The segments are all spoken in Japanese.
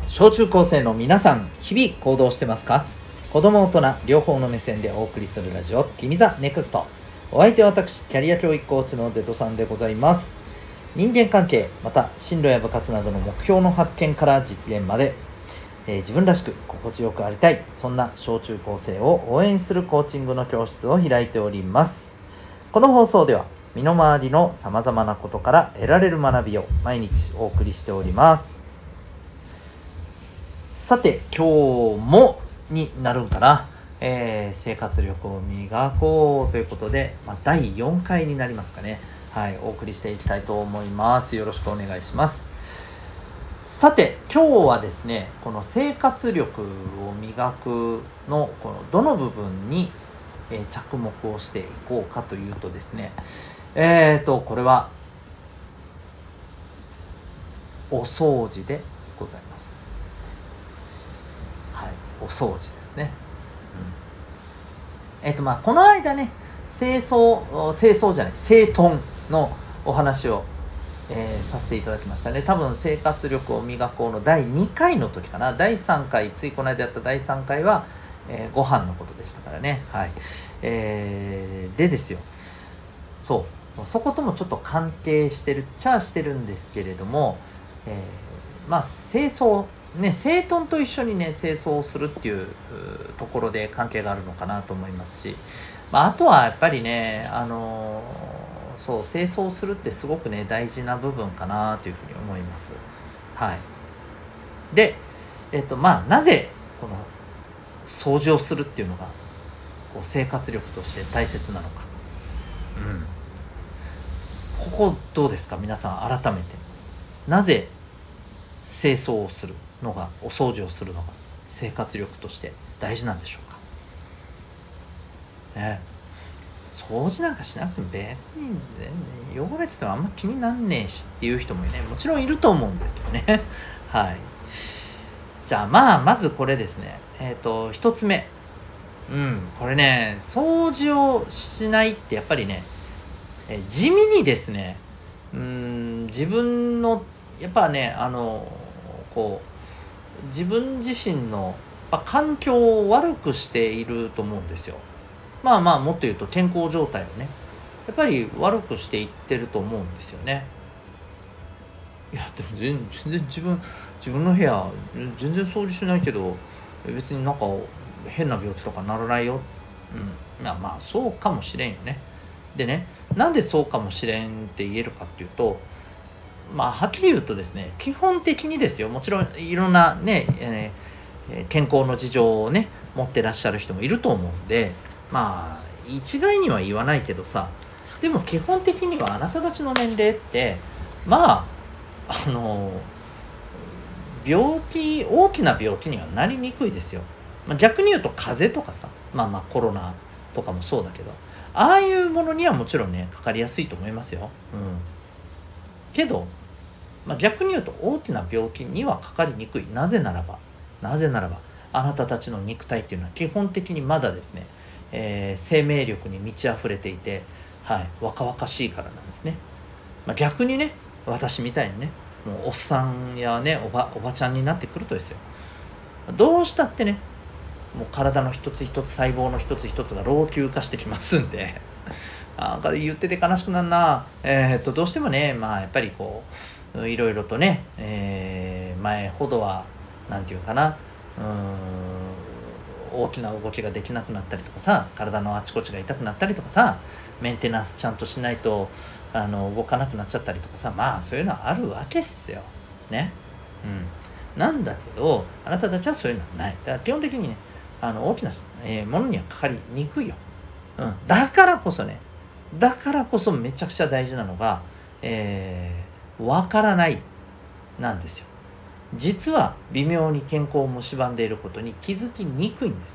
小中高生の皆さん、日々行動してますか？子供大人両方の目線でお送りするラジオ、君ザネクスト。お相手は私、キャリア教育コーチのデトさんでございます。人間関係、また進路や部活などの目標の発見から実現まで、自分らしく心地よくありたい、そんな小中高生を応援するコーチングの教室を開いております。この放送では身の回りの様々なことから得られる学びを毎日お送りしております。さて、今日もになるんかな、生活力を磨こうということで、第4回になりますかね。はい、お送りしていきたいと思います。よろしくお願いします。さて、今日はですね、この生活力を磨くのこのどの部分に、着目をしていこうかというとですね、これはお掃除でございます。はい、お掃除ですね。この間ね、整頓のお話を、させていただきましたね。多分生活力を磨こうの第2回の時かな。第3回、ついこの間やった第3回は、ご飯のことでしたからね。はい。でですよ。そこともちょっと関係してるっちゃしてるんですけれども、整頓と一緒にね、清掃をするっていうところで関係があるのかなと思いますし、あとはやっぱりね、清掃するってすごくね、大事な部分かなというふうに思います。はい。で、なぜこの掃除をするっていうのがこう生活力として大切なのか。ここどうですか、皆さん。改めてなぜ清掃をするのが、お掃除をするのが生活力として大事なんでしょうか。掃除なんかしなくても別に汚れててもあんま気になんねえしっていう人もね、もちろんいると思うんですけどね。はい。じゃあまずこれですね。一つ目。これね、掃除をしないってやっぱりね、地味にですね、自分のやっぱね、自分自身の環境を悪くしていると思うんですよ。もっと言うと健康状態をね、やっぱり悪くしていってると思うんですよね。いやでも全然自分の部屋全然掃除しないけど、別になんか変な病気とかならないよ。そうかもしれんよね。でね、なんでそうかもしれんって言えるかっていうと、はっきり言うとですね、基本的にですよ、もちろんいろんなね、健康の事情をね持ってらっしゃる人もいると思うんで、一概には言わないけどさ、でも基本的にはあなたたちの年齢って大きな病気にはなりにくいですよ。逆に言うと風邪とかさ、コロナとかもそうだけど、ああいうものにはもちろんねかかりやすいと思いますよ。けど、逆に言うと大きな病気にはかかりにくい。なぜならばあなたたちの肉体っていうのは基本的にまだですね、生命力に満ち溢れていて、若々しいからなんですね。逆にね、私みたいにね、もうおっさんやね、おばちゃんになってくるとですよ、どうしたってね、もう体の一つ一つ、細胞の一つ一つが老朽化してきますんでなんか言ってて悲しくなるな。どうしてもね、やっぱりこういろいろとね、前ほどはなんていうかな、大きな動きができなくなったりとかさ、体のあちこちが痛くなったりとかさ、メンテナンスちゃんとしないと動かなくなっちゃったりとかさ、そういうのはあるわけっすよね。なんだけど、あなたたちはそういうのはない。だから基本的にね、大きな、ものにはかかりにくいよ。だからこそめちゃくちゃ大事なのが、わからないなんですよ。実は微妙に健康を蝕んでいることに気づきにくいんです。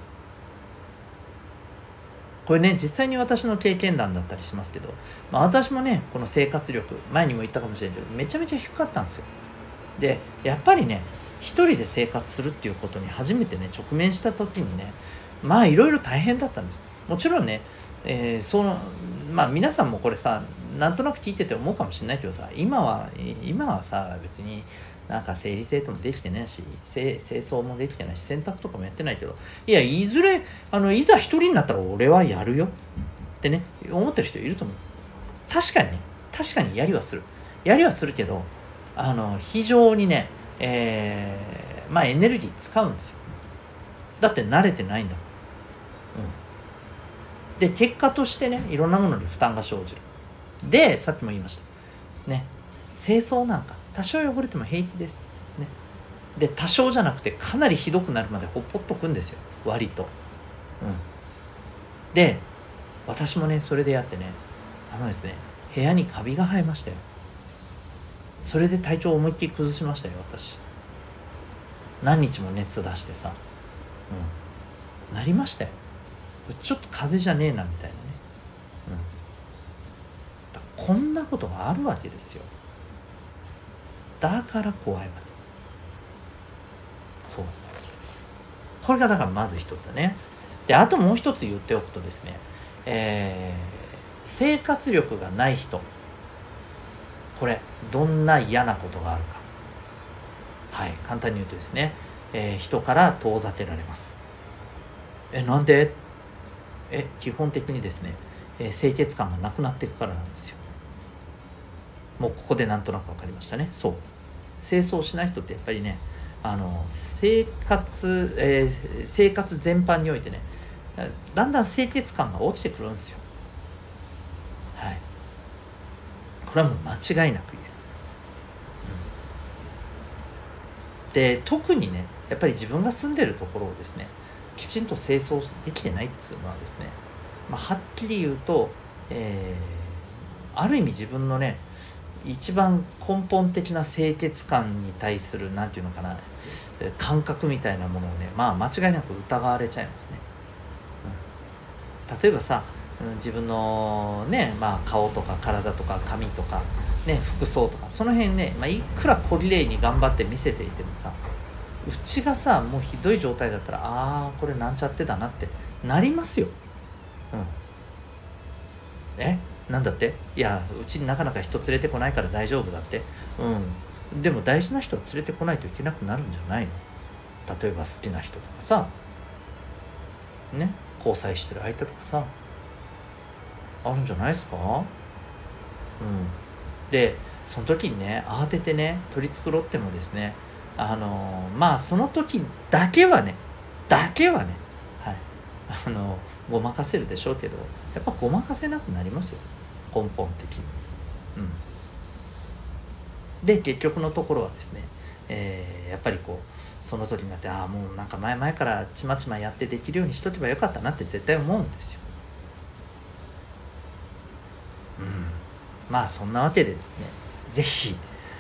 これね、実際に私の経験談だったりしますけど、私もね、この生活力、前にも言ったかもしれないけど、めちゃめちゃ低かったんですよ。で、やっぱりね、一人で生活するっていうことに初めてね、直面した時にね、いろいろ大変だったんです。もちろんね、皆さんもこれさ、なんとなく聞いてて思うかもしれないけどさ、今はさ、別になんか整理整頓もできてないし、清掃もできてないし、洗濯とかもやってないけど、いや、いずれいざ一人になったら俺はやるよってね思ってる人いると思うんです。確かにやりはするけど、非常にね、エネルギー使うんですよ。だって慣れてないんだもん。で結果としてね、いろんなものに負担が生じる。でさっきも言いましたね、清掃なんか多少汚れても平気ですね。で多少じゃなくてかなりひどくなるまでほっとくんですよ、割と。で私もねそれでやってね、ですね、部屋にカビが生えましたよ。それで体調を思いっきり崩しましたよ、私。何日も熱出してさ、なりましたよ。ちょっと風邪じゃねえなみたいなね。こんなことがあるわけですよ。だから怖いわけ。そう。これがだからまず一つだね。で、あともう一つ言っておくとですね、生活力がない人、これどんな嫌なことがあるか。はい、簡単に言うとですね、人から遠ざけられます。なんで？基本的にですね、清潔感がなくなっていくからなんですよ。もうここでなんとなく分かりましたね。そう、清掃しない人ってやっぱりね、生活全般においてね、だんだん清潔感が落ちてくるんですよ。はい、これはもう間違いなく言える。で特にね、やっぱり自分が住んでるところをですね、きちんと清掃できてないっていうのはですね、はっきり言うと、ある意味自分のね一番根本的な清潔感に対するなんていうのかな、感覚みたいなものをね、間違いなく疑われちゃいますね。例えばさ、自分のね、顔とか体とか髪とかね、服装とかその辺ね、いくら小綺麗に頑張って見せていてもさ、うちがさもうひどい状態だったら、これなんちゃってだなってなりますよ。なんだって？いや、うちになかなか人連れてこないから大丈夫だって。でも大事な人は連れてこないといけなくなるんじゃないの？例えば好きな人とかさ、ね、交際してる相手とかさ、あるんじゃないですか？でその時にね、慌ててね取り繕ってもですね、その時だけはね、はい、ごまかせるでしょうけど、やっぱごまかせなくなりますよ、根本的に。で結局のところはですね、やっぱりその時になって、もうなんか前からちまちまやってできるようにしとけばよかったなって絶対思うんですよ。そんなわけでですね、ぜひ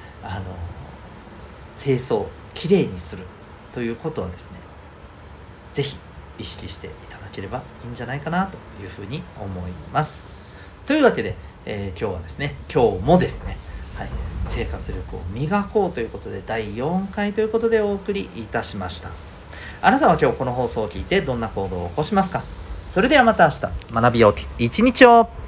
清掃きれいにするということはですね、ぜひ意識していただければいいんじゃないかなというふうに思います。というわけで、今日もですね、生活力を磨こうということで第4回ということでお送りいたしました。あなたは今日この放送を聞いてどんな行動を起こしますか？それではまた明日、学びよう一日を。